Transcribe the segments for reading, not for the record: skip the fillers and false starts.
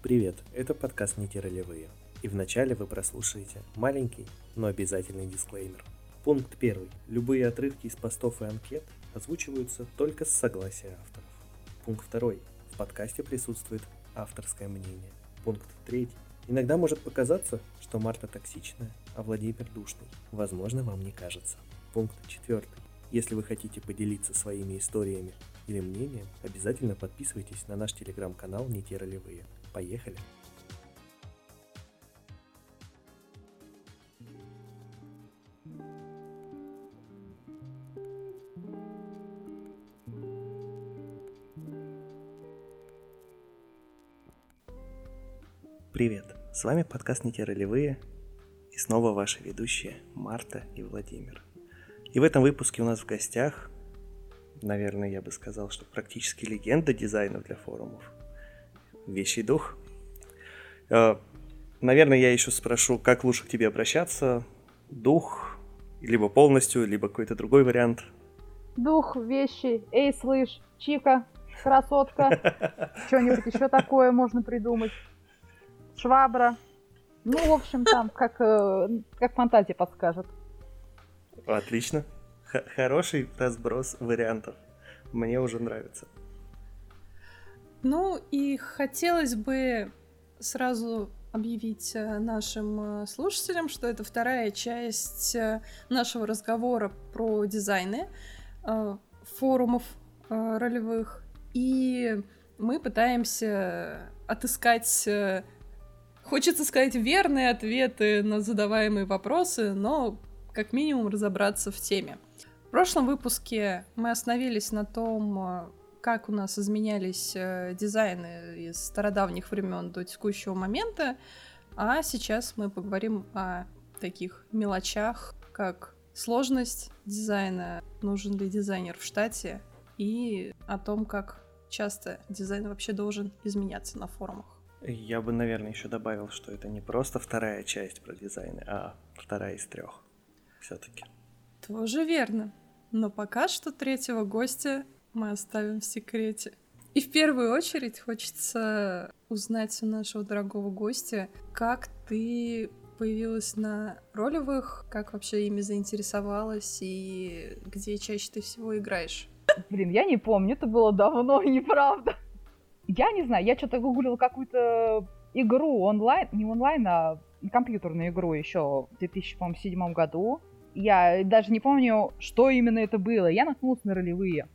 Привет, это подкаст «Не те ролевые». И вначале вы прослушаете маленький, но обязательный дисклеймер. Пункт 1. Любые отрывки из постов и анкет озвучиваются только с согласия авторов. Пункт 2. В подкасте присутствует авторское мнение. Пункт 3. Иногда может показаться, что Марта токсичная, а Владимир душный. Возможно, вам не кажется. Пункт 4. Если вы хотите поделиться своими историями или мнением, обязательно подписывайтесь на наш телеграм-канал «Не те ролевые». Поехали! Привет! С вами подкаст «Не те ролевые» и снова ваши ведущие Марта и Владимир. И в этом выпуске у нас в гостях, наверное, я бы сказал, что практически легенда дизайна для форумов. Вещий дух. Наверное, я еще спрошу, как лучше к тебе обращаться. Дух, либо полностью, либо какой-то другой вариант. Дух, вещи, эй, слышь, чика, красотка, что-нибудь еще такое можно придумать. Швабра. Ну, в общем, там, как фантазия подскажет. Отлично. Хороший разброс вариантов. Мне уже нравится. Ну и хотелось бы сразу объявить нашим слушателям, что это вторая часть нашего разговора про дизайны форумов ролевых. И мы пытаемся отыскать, хочется сказать, верные ответы на задаваемые вопросы, но как минимум разобраться в теме. В прошлом выпуске мы остановились на том, как у нас изменялись дизайны из стародавних времен до текущего момента, а сейчас мы поговорим о таких мелочах, как сложность дизайна, нужен ли дизайнер в штате, и о том, как часто дизайн вообще должен изменяться на форумах. Я бы, наверное, еще добавил, что это не просто вторая часть про дизайны, а вторая из 3. Все-таки. Тоже верно. Но пока что третьего гостя мы оставим в секрете. И в первую очередь хочется узнать у нашего дорогого гостя, как ты появилась на ролевых, как вообще ими заинтересовалась и где чаще ты всего играешь. Блин, я не помню, это было давно, неправда. Я не знаю, я что-то гуглила какую-то игру онлайн, не онлайн, а компьютерную игру еще в 2007 году. Я даже не помню, что именно это было. Я наткнулась на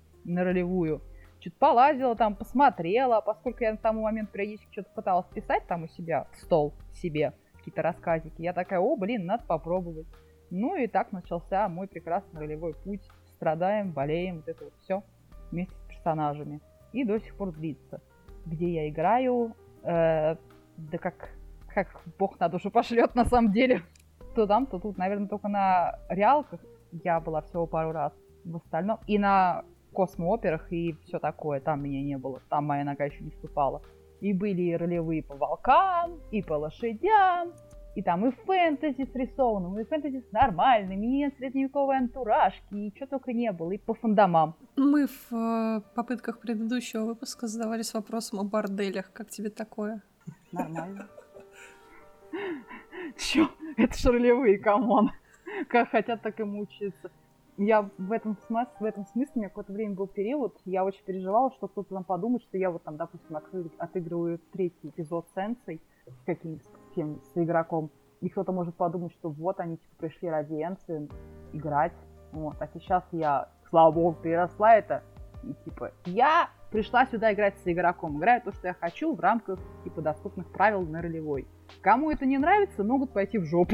ролевую. Что-то полазила там, посмотрела, поскольку я на тому моменту периодически что-то пыталась писать там у себя в стол себе, какие-то рассказики. Я такая, надо попробовать. Ну и так начался мой прекрасный ролевой путь. Страдаем, болеем, вот это вот все вместе с персонажами. И до сих пор длится. Где я играю, да как бог на душу пошлет на самом деле. То там, то тут, наверное, только на реалках я была всего пару раз. В остальном и на космооперах и все такое, там меня не было, там моя нога еще не ступала. И были и ролевые по волкам, и по лошадям, и там и фэнтези с рисованным, и фэнтези с нормальными, и средневековые антуражки, и что только не было, и по фандомам. Мы в попытках предыдущего выпуска задавались вопросом о борделях. Как тебе такое? Нормально. Чё? Это ж ролевые, камон. Как хотят, так и мучаются. Я в этом смысле, у меня какое-то время был период, я очень переживала, что кто-то там подумает, что я вот там, допустим, отыгрываю 3-й эпизод Сенсей с каким-то игроком, и кто-то может подумать, что вот они типа пришли ради Энсы играть, вот, а сейчас я, слава богу, переросла это, и типа я пришла сюда играть с игроком, играю то, что я хочу в рамках типа доступных правил на ролевой. Кому это не нравится, могут пойти в жопу.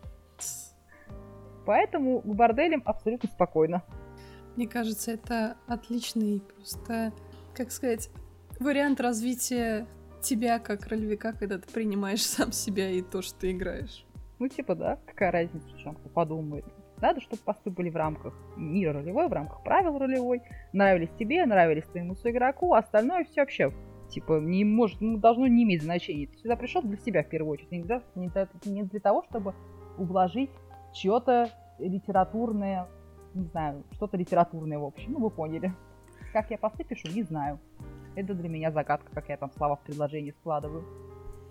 Поэтому к борделям абсолютно спокойно. Мне кажется, это отличный просто, как сказать, вариант развития тебя как ролевика, когда ты принимаешь сам себя и то, что ты играешь. Ну, типа, да, какая разница, что он подумает. Надо, чтобы посты были в рамках мира ролевой, в рамках правил ролевой. Нравились тебе, нравились твоему соигроку, а остальное все вообще, типа, должно не иметь значения. Ты сюда пришел для себя в первую очередь, не для того, чтобы ублажить чьё-то литературное, не знаю, что-то литературное, в общем. Ну, вы поняли. Как я посты пишу, не знаю. Это для меня загадка, как я там слова в предложении складываю.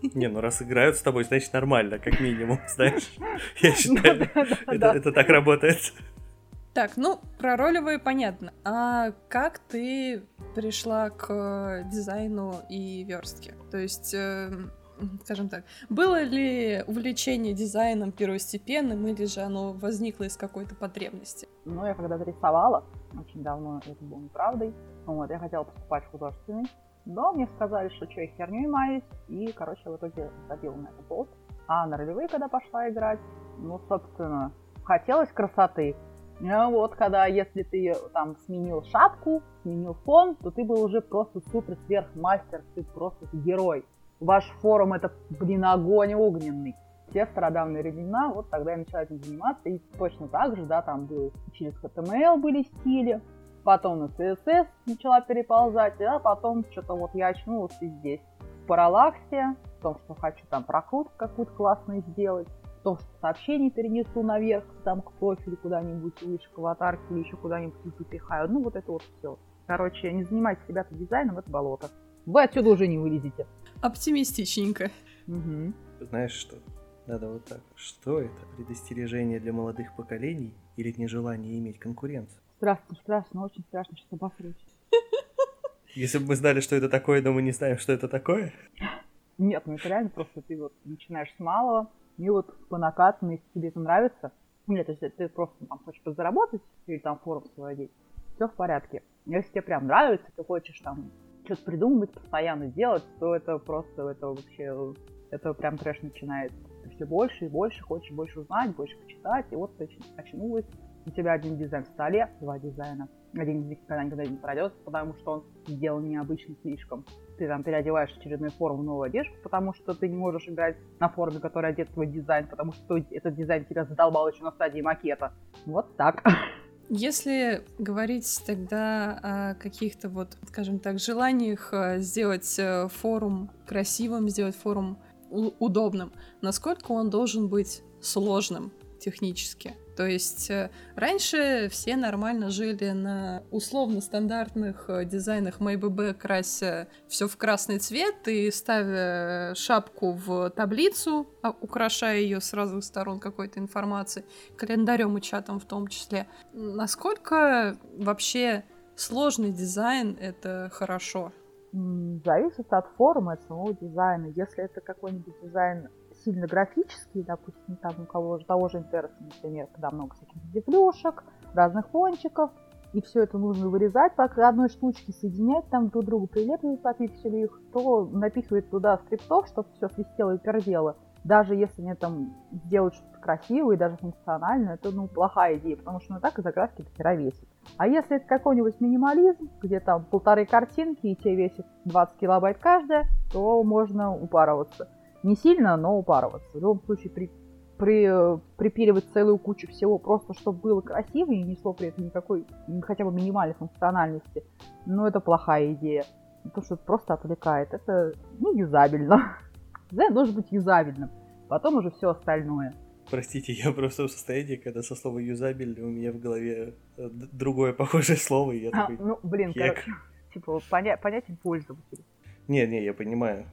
Не, ну раз играют с тобой, значит нормально, как минимум, знаешь. Я считаю, это так работает. Так, ну, про ролевые понятно. А как ты пришла к дизайну и верстке? То есть, скажем так, было ли увлечение дизайном первостепенным, или же оно возникло из какой-то потребности? Ну, я когда-то рисовала, очень давно, это было неправдой. Вот, я хотела поступать в художественный, но мне сказали, что я херней маюсь, и, короче, в итоге забила на этот болт. А на ролевые, когда пошла играть, ну, собственно, хотелось красоты. Ну вот, когда, если ты там сменил шапку, сменил фон, то ты был уже просто супер-сверхмастер, ты просто герой. Ваш форум это, огонь огненный. Все стародавние времена, вот тогда я начала этим заниматься, и точно так же, да, там был через HTML были стили, потом на CSS начала переползать, а потом что-то вот я очнулась и здесь. В параллаксе, в том, что хочу там прокрутку какую-то классную сделать, в том, что сообщение перенесу наверх, там к профилю куда-нибудь, выше к аватарке или еще куда-нибудь запихаю. Ну, вот это вот все. Короче, не занимайтесь, ребята, дизайном, это болото. Вы отсюда уже не вылезете. Оптимистичненько. Угу. Знаешь что? Надо вот так. Что это? Предостережение для молодых поколений или нежелание иметь конкуренцию? Страшно, очень страшно, сейчас обосрусь. Если бы мы знали, что это такое, но мы не знаем, что это такое. Нет, ну это реально просто ты вот начинаешь с малого, и вот по накатанной, если тебе это нравится, нет, если ты просто там хочешь подзаработать или там форум свой одеть, все в порядке. Если тебе прям нравится, ты хочешь там что-то придумывать, постоянно делать, то это просто, это вообще, это прям трэш начинается. Ты все больше и больше хочешь больше узнать, больше почитать, и вот ты очнулась, у тебя один дизайн в столе, два дизайна. Один из них никогда не пройдет, потому что он сделан необычно слишком. Ты там переодеваешь очередной форум в новую одежду, потому что ты не можешь играть на форуме, который одет в твой дизайн, потому что этот дизайн тебя задолбал еще на стадии макета. Вот так. Если говорить тогда о каких-то вот, скажем так, желаниях сделать форум красивым, сделать форум удобным, насколько он должен быть сложным технически? То есть раньше все нормально жили на условно-стандартных дизайнах MyBB, крася все в красный цвет и ставя шапку в таблицу, украшая ее с разных сторон какой-то информацией, календарем и чатом в том числе. Насколько вообще сложный дизайн — это хорошо? Зависит от форума, от самого дизайна. Если это какой-нибудь дизайн сильно графический, допустим, там у кого же того же Интерса, например, когда много всяких дефлюшек, разных фончиков, и все это нужно вырезать по одной штучке, соединять, там друг к другу прилепливать по пикселю их, то напихивать туда скриптов, чтобы все свистело и пердело. Даже если мне там сделать что-то красивое и даже функциональное, это, плохая идея, потому что так из-за графики это хера весит. А если это какой-нибудь минимализм, где там 1,5 картинки и те весят 20 килобайт каждая, то можно упарываться. Не сильно, но упарываться. В любом случае, припиливать целую кучу всего, просто чтобы было красиво и несло при этом никакой, хотя бы минимальной функциональности, это плохая идея. Потому что это просто отвлекает. Это не юзабельно. Дизайн должен быть юзабельным. Потом уже все остальное. Простите, я просто в состоянии, когда со слова юзабельный у меня в голове другое похожее слово, и я такой... короче, типа понятен пользователь. Не, я понимаю.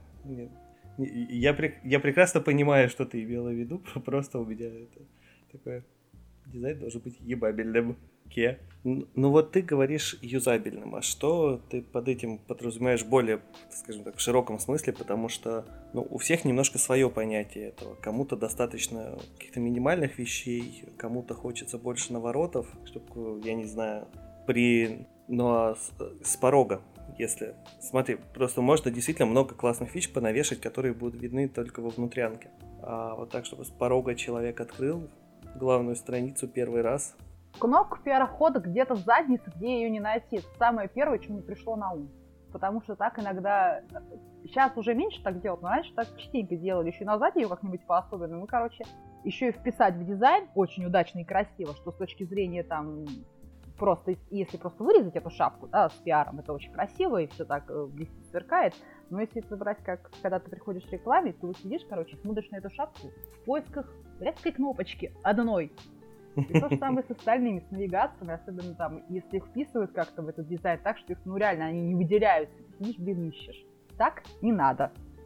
Я прекрасно понимаю, что ты имела в виду, просто у меня это такое... Дизайн должен быть ебабельным. Ну вот ты говоришь юзабельным, а что ты под этим подразумеваешь более, скажем так, в широком смысле, потому что у всех немножко свое понятие этого. Кому-то достаточно каких-то минимальных вещей, кому-то хочется больше наворотов, чтобы, я не знаю, с порога. Если, смотри, просто можно действительно много классных фич понавешать, которые будут видны только во внутрянке. А вот так, чтобы с порога человек открыл главную страницу первый раз. Кнопка перехода где-то в заднице, где ее не найти. Это самое первое, что мне пришло на ум. Потому что так иногда... Сейчас уже меньше так делают, но раньше так частенько делали. Еще и назвать ее как-нибудь по-особенному. Еще и вписать в дизайн очень удачно и красиво, что с точки зрения там... Просто, если просто вырезать эту шапку, да, с пиаром, это очень красиво и все так блестит, сверкает. Но если это брать, как когда ты приходишь в рекламе, ты вот сидишь, смотришь на эту шапку в поисках редкой кнопочки одной. И то же самое с остальными, с навигациями, особенно там, если их вписывают как-то в этот дизайн так, что их, реально, они не выделяются. Ты сидишь, ищешь. Так не надо.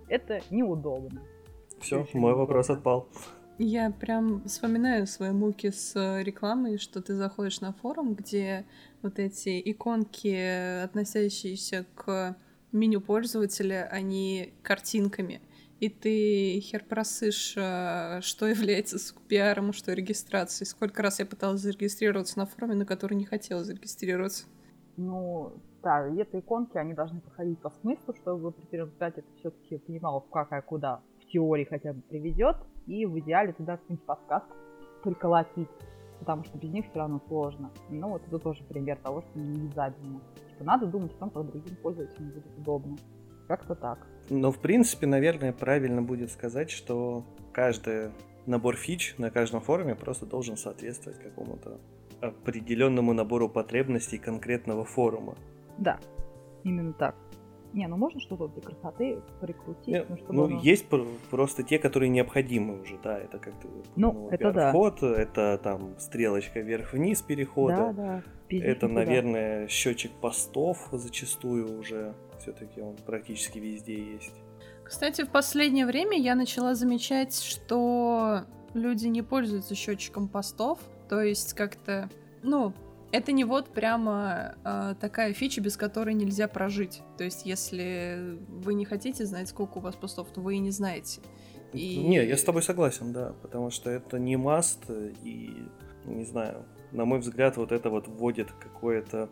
это неудобно. Все, мой вопрос отпал. Я прям вспоминаю свои муки с рекламой, что ты заходишь на форум, где вот эти иконки, относящиеся к меню пользователя, они картинками. И ты хер просышь, что является пиаром, что регистрацией. Сколько раз я пыталась зарегистрироваться на форуме, на который не хотела зарегистрироваться. Ну, да, эти иконки, они должны проходить по смыслу, чтобы при результате это все-таки понимало, какая куда в теории хотя бы приведет, и в идеале туда какую-нибудь подсказку приколотить, потому что без них все равно сложно. Ну, вот это тоже пример того, что не юзабельно. Типа, надо думать о том, как другим пользователям будет удобно. Как-то так. Но, в принципе, наверное, правильно будет сказать, что каждый набор фич на каждом форуме просто должен соответствовать какому-то определенному набору потребностей конкретного форума. Да, именно так. Не, ну можно что-то для красоты прикрутить. Нет, ну, ну оно... есть просто те, которые необходимы уже, да, это как-то это да. вход, это там стрелочка вверх-вниз перехода, да. Это, наверное, счетчик постов зачастую уже, все-таки он практически везде есть. Кстати, в последнее время я начала замечать, что люди не пользуются счетчиком постов, то есть как-то, это не вот прямо такая фича, без которой нельзя прожить. То есть, если вы не хотите знать, сколько у вас постов, то вы и не знаете. Не, я с тобой согласен, да, потому что это не маст, и, не знаю, на мой взгляд, вот это вот вводит какое-то,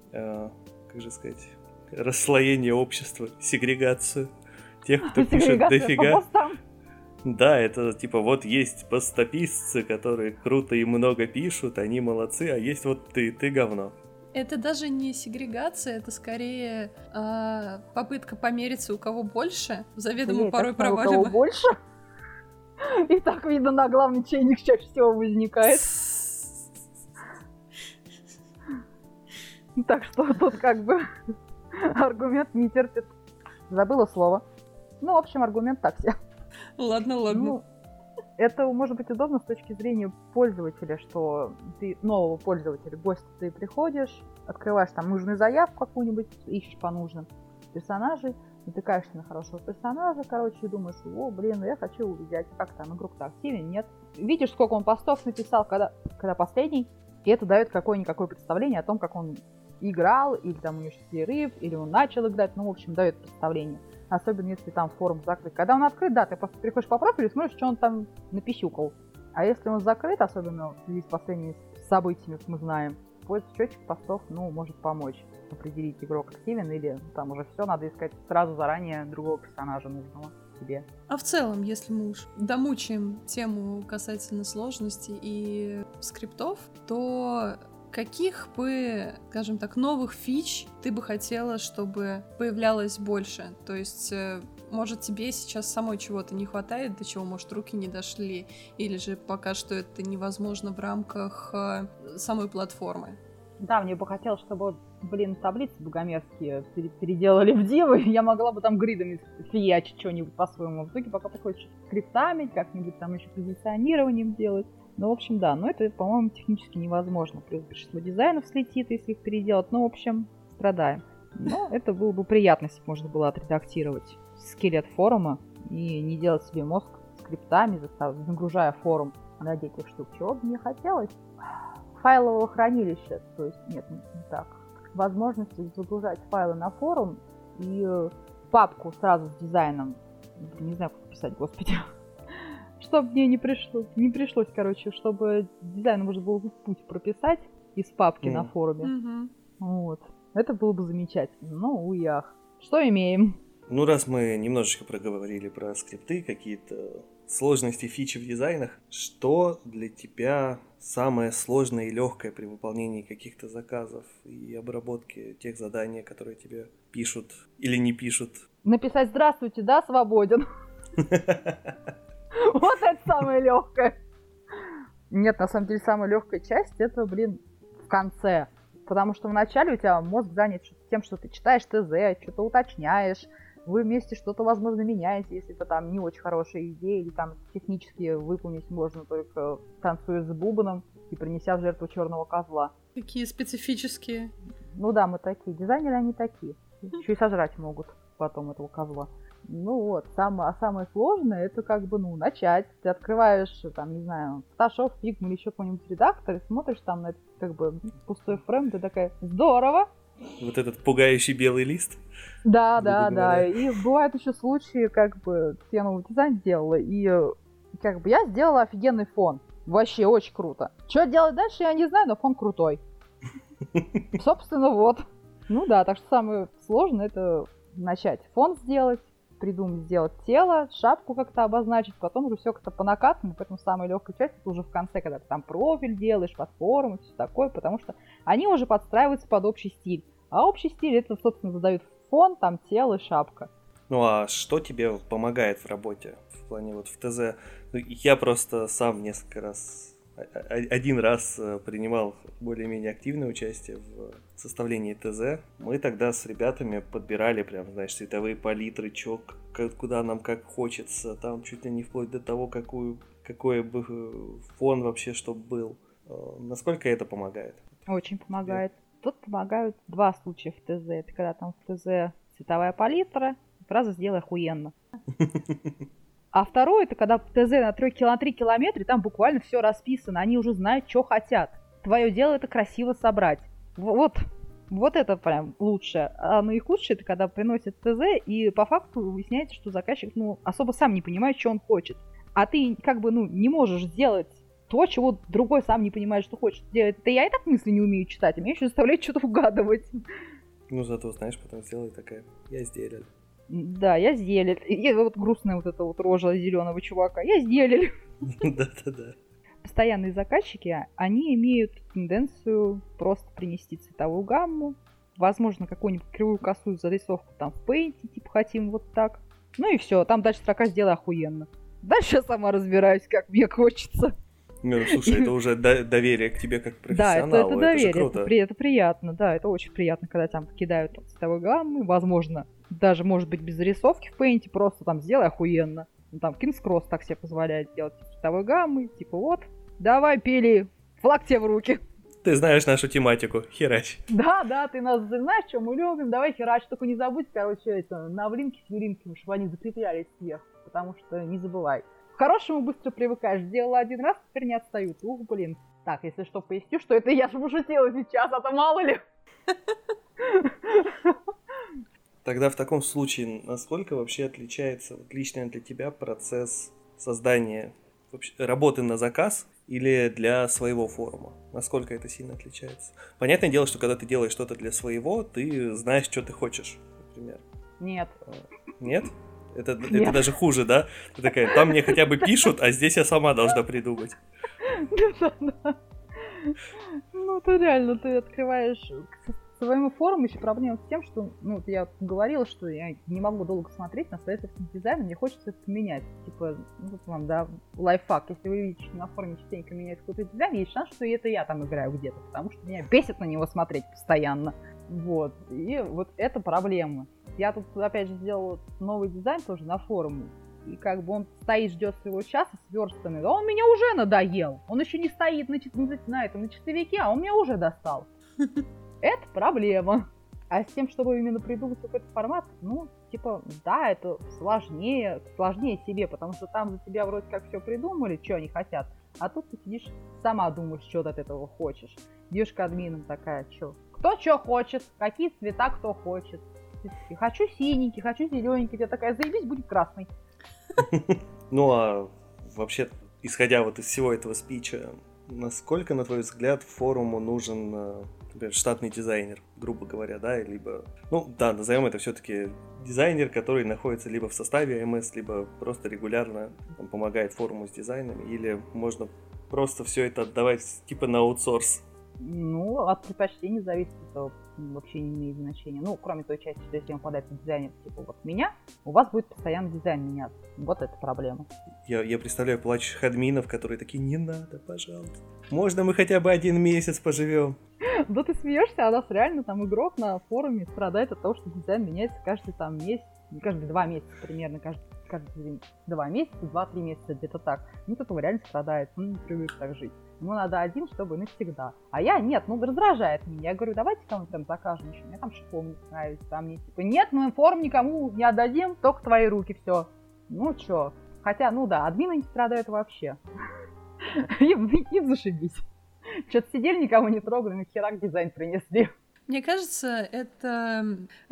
как же сказать, расслоение общества, сегрегацию тех, кто пишет дофига. Да, это типа вот есть постописцы, которые круто и много пишут, они молодцы, а есть вот ты говно. Это даже не сегрегация, это скорее попытка помериться, у кого больше, заведомо порой проваливая. У кого больше? И так видно, на главный чайник чаще всего возникает. Так что тут как бы аргумент не терпит. Забыла слово. Ну, в общем, аргумент так себе. Ладно. Ну, это может быть удобно с точки зрения пользователя, что ты нового пользователя, гость, ты приходишь, открываешь там нужную заявку какую-нибудь, ищешь по нужным персонажей, натыкаешься на хорошего персонажа, и думаешь, я хочу увидеть, как там, игрок-то активен, нет. Видишь, сколько он постов написал, когда последний, и это дает какое-никакое представление о том, как он играл, или там у него перерыв, или он начал играть, в общем, дает представление. Особенно если там форум закрыт. Когда он открыт, да, ты просто приходишь по профилю и смотришь, что он там написюкал. А если он закрыт, особенно в связи с последними событиями, как мы знаем, то этот счетчик постов, может помочь определить, игрок активен или там уже все, надо искать сразу заранее другого персонажа нужного себе. А в целом, если мы уж домучаем тему касательно сложности и скриптов, то каких бы, скажем так, новых фич ты бы хотела, чтобы появлялось больше? То есть, может, тебе сейчас самой чего-то не хватает, до чего, может, руки не дошли, или же пока что это невозможно в рамках самой платформы? Да, мне бы хотелось, чтобы, таблицы богомерзкие переделали в дивы, я могла бы там гридами фиячить что-нибудь по-своему. В итоге пока приходится скриптами, как-нибудь там еще позиционированием делать. Ну, в общем, да, но это, по-моему, технически невозможно. Плюс большинство дизайнов слетит, если их переделать. Ну, в общем, страдаем. Но это было бы приятно, если бы можно было отредактировать скелет форума и не делать себе мозг скриптами, загружая форум ради этих штук. Чего бы мне хотелось? Файлового хранилища, то есть, нет, не так. Возможности загружать файлы на форум и папку сразу с дизайном. Не знаю, как писать, господи. Чтобы мне не пришлось, чтобы дизайн можно было в путь прописать из папки на форуме. Вот. Это было бы замечательно. Ну, уях. Что имеем? Ну, раз мы немножечко проговорили про скрипты, какие-то сложности, фичи в дизайнах, что для тебя самое сложное и легкое при выполнении каких-то заказов и обработке тех заданий, которые тебе пишут или не пишут? Написать «Здравствуйте, да, свободен». Вот это самое легкое. Нет, на самом деле самая легкая часть это, в конце. Потому что вначале у тебя мозг занят тем, что ты читаешь ТЗ, что-то уточняешь, вы вместе что-то, возможно, меняете, если это там не очень хорошая идея, или там технически выполнить можно только танцуя с бубном и принеся в жертву черного козла. Такие специфические. Ну да, мы такие. Дизайнеры, они такие. Еще и сожрать могут потом этого козла. Ну вот, самое сложное это как бы, начать. Ты открываешь, там, не знаю, Photoshop, Figma или еще какой-нибудь редактор, и смотришь там на этот, как бы, пустой фрейм, ты такая, здорово! Вот этот пугающий белый лист. Да. говоря. И бывают еще случаи, как бы, я новый дизайн делала, и как бы я сделала офигенный фон. Вообще очень круто. Что делать дальше, я не знаю, но фон крутой. Собственно, вот. Ну да, так что самое сложное это начать фон сделать, придумать сделать тело, шапку как-то обозначить, потом уже все как-то по накатанной, поэтому самая легкая часть это уже в конце, когда ты там профиль делаешь, под форму, все такое, потому что они уже подстраиваются под общий стиль. А общий стиль это, собственно, задают фон, там тело, шапка. Ну а что тебе помогает в работе? В плане вот в ТЗ? Ну, я просто сам несколько раз, один раз принимал более-менее активное участие в составлении ТЗ. Мы тогда с ребятами подбирали прям, знаешь, цветовые палитры, куда нам как хочется, там чуть ли не вплоть до того, какой бы фон вообще чтоб был. Насколько это помогает? Очень помогает. Тут помогают два случая в ТЗ. Это когда там в ТЗ цветовая палитра, фраза «сделай охуенно». А второе, это когда ТЗ на 3 километра, и там буквально все расписано. Они уже знают, что хотят. Твое дело это красиво собрать. Вот это прям лучшее. А наихудшее, это когда приносят ТЗ, и по факту выясняется, что заказчик, особо сам не понимает, что он хочет. А ты, как бы, не можешь сделать то, чего другой сам не понимает, что хочет сделать. Да я и так мысли не умею читать, а меня еще заставляет что-то угадывать. Ну, зато, знаешь, потом сделай такая, я сделал. Да, я сделал. И вот грустная вот эта вот рожа зеленого чувака. Я сделал. Да. Постоянные заказчики, они имеют тенденцию просто принести цветовую гамму, возможно, какую-нибудь кривую косую зарисовку там в Paint, типа хотим вот так. Ну и все, там дальше строка «сделай охуенно». Дальше я сама разбираюсь, как мне хочется. Ну, слушай, это уже доверие к тебе как профессионалу. Да, это доверие, круто. Это приятно, да, это очень приятно, когда там кидают цветовой гаммы, возможно, даже, может быть, без зарисовки в Paint, просто там «сделай охуенно». Ну, там King's Cross так себе позволяет делать цветовой гаммы, типа вот, давай, пили, флаг тебе в руки. Ты знаешь нашу тематику, херач. Да, ты нас знаешь, что мы любим, давай херач, только не забудь, короче, навлинки с юринками, чтобы они закреплялись сверху, потому что не забывай. К хорошему быстро привыкаешь, сделала один раз, теперь не отстают. Ух, блин. Так, если что, поясню, что это я же пошутила сейчас, а то мало ли. Тогда в таком случае, насколько вообще отличается лично для тебя процесс создания работы на заказ или для своего форума? Насколько это сильно отличается? Понятное дело, что когда ты делаешь что-то для своего, ты знаешь, что ты хочешь, например. Нет. Нет? Это даже хуже, да? Ты такая, там мне хотя бы пишут, а здесь я сама должна придумать. Да. Ну, это реально, ты открываешь своему форуму, еще проблема с тем, что, я говорила, что я не могу долго смотреть на свои собственные дизайны, мне хочется это поменять. Типа, вот вам, да, лайфхак. Если вы видите, что на форуме частенько меняется какой-то дизайн, есть шанс, что это я там играю где-то, потому что меня бесит на него смотреть постоянно. Вот. И вот это проблема. Я тут, опять же, сделала новый дизайн тоже на форуме. И как бы он стоит, ждет своего часа сверстанный. А он меня уже надоел. Он еще не стоит на часовике, а он меня уже достал. Это проблема. А с тем, чтобы именно придумать какой-то формат, да, это сложнее себе, потому что там за тебя вроде как все придумали, что они хотят. А тут ты сидишь, сама думаешь, что ты от этого хочешь. Идешь к админам такая, что? Кто что хочет, какие цвета кто хочет. Хочу синенький, хочу зелененький. Я такая, заебись, будет красный. Ну, а вообще, исходя вот из всего этого спича, насколько, на твой взгляд, форуму нужен, например, штатный дизайнер, грубо говоря, да, либо, назовем это все-таки дизайнер, который находится либо в составе АМС, либо просто регулярно помогает форуму с дизайнами, или можно просто все это отдавать типа на аутсорс? От предпочтений зависит, это вообще не имеет значения. Кроме той части, что если вам подать дизайнер, типа вот меня, у вас будет постоянно дизайн меняться. Вот это проблема. Я представляю плачущих админов, которые такие, не надо, пожалуйста. Можно мы хотя бы 1 месяц поживем? Да ты смеешься, а у нас реально там игрок на форуме страдает от того, что дизайн меняется каждый там месяц, каждые 2 месяца примерно, каждые 2 месяца, 2-3 месяца, где-то так. Ну, кто-то реально страдает, ну, не привык так жить. Ему надо один, чтобы навсегда. А я, нет, ну, раздражает меня. Я говорю, давайте кому-то там закажем еще. Мне там шиповник нравится, там мне типа, нет, мы форм никому не отдадим, только твои руки, все. Ну, чё. Хотя, ну да, админы не страдают вообще. Им зашибись. Что-то сидели, никого не трогали, на херак дизайн принесли. Мне кажется, это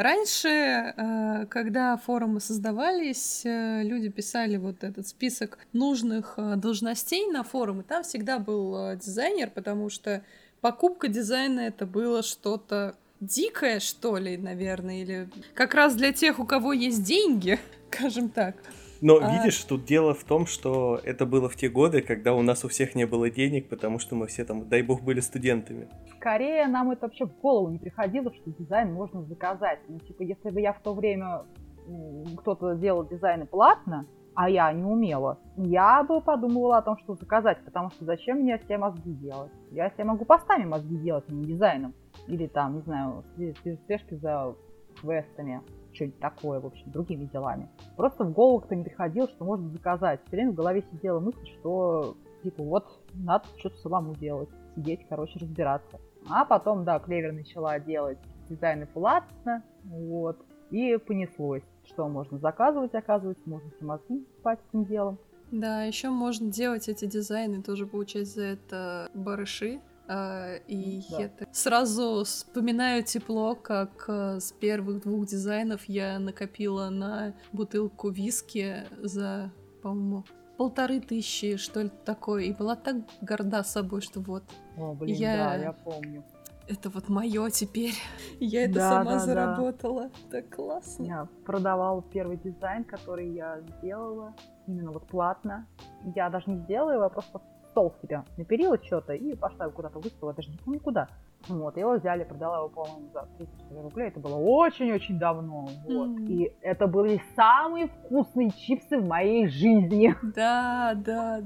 раньше, когда форумы создавались, люди писали вот этот список нужных должностей на форум, и там всегда был дизайнер, потому что покупка дизайна — это было что-то дикое, что ли, наверное, или как раз для тех, у кого есть деньги, скажем так. Но видишь, тут дело в том, что это было в те годы, когда у нас у всех не было денег, потому что мы все там, дай бог, были студентами. Скорее нам это вообще в голову не приходило, что дизайн можно заказать. Ну, типа, если бы я в то время кто-то делал дизайны платно, а я не умела, я бы подумала о том, что заказать, потому что зачем мне себе мозги делать? Я себе могу постами мозги делать, а не дизайном. Или там, не знаю, слежкой за квестами. Что-нибудь такое, в общем, другими делами. Просто в голову кто не приходил, что можно заказать. Все время в голове сидела мысль, что, типа, вот, надо что-то самому делать. Сидеть, короче, разбираться. А потом, да, Клевер начала делать дизайны платно, вот, и понеслось. Что можно заказывать, оказывается, можно все мозги спать этим делом. Да, еще можно делать эти дизайны, тоже получать за это барыши. И я так сразу вспоминаю тепло, как с первых 2 дизайнов я накопила на бутылку виски за, по-моему, 1500, что ли, такое. И была так горда собой, что вот. О, блин, да, я помню. Это вот мое теперь. Я это сама заработала. Так классно. Я продавала первый дизайн, который я сделала, именно вот платно. Я даже не сделала его, я просто стол себе наперила что-то и пошла его куда-то выставила, даже не помню куда. Вот, его взяли, продала его, по-моему, за 30 рублей. Это было очень-очень давно. Вот. И это были самые вкусные чипсы в моей жизни. Да.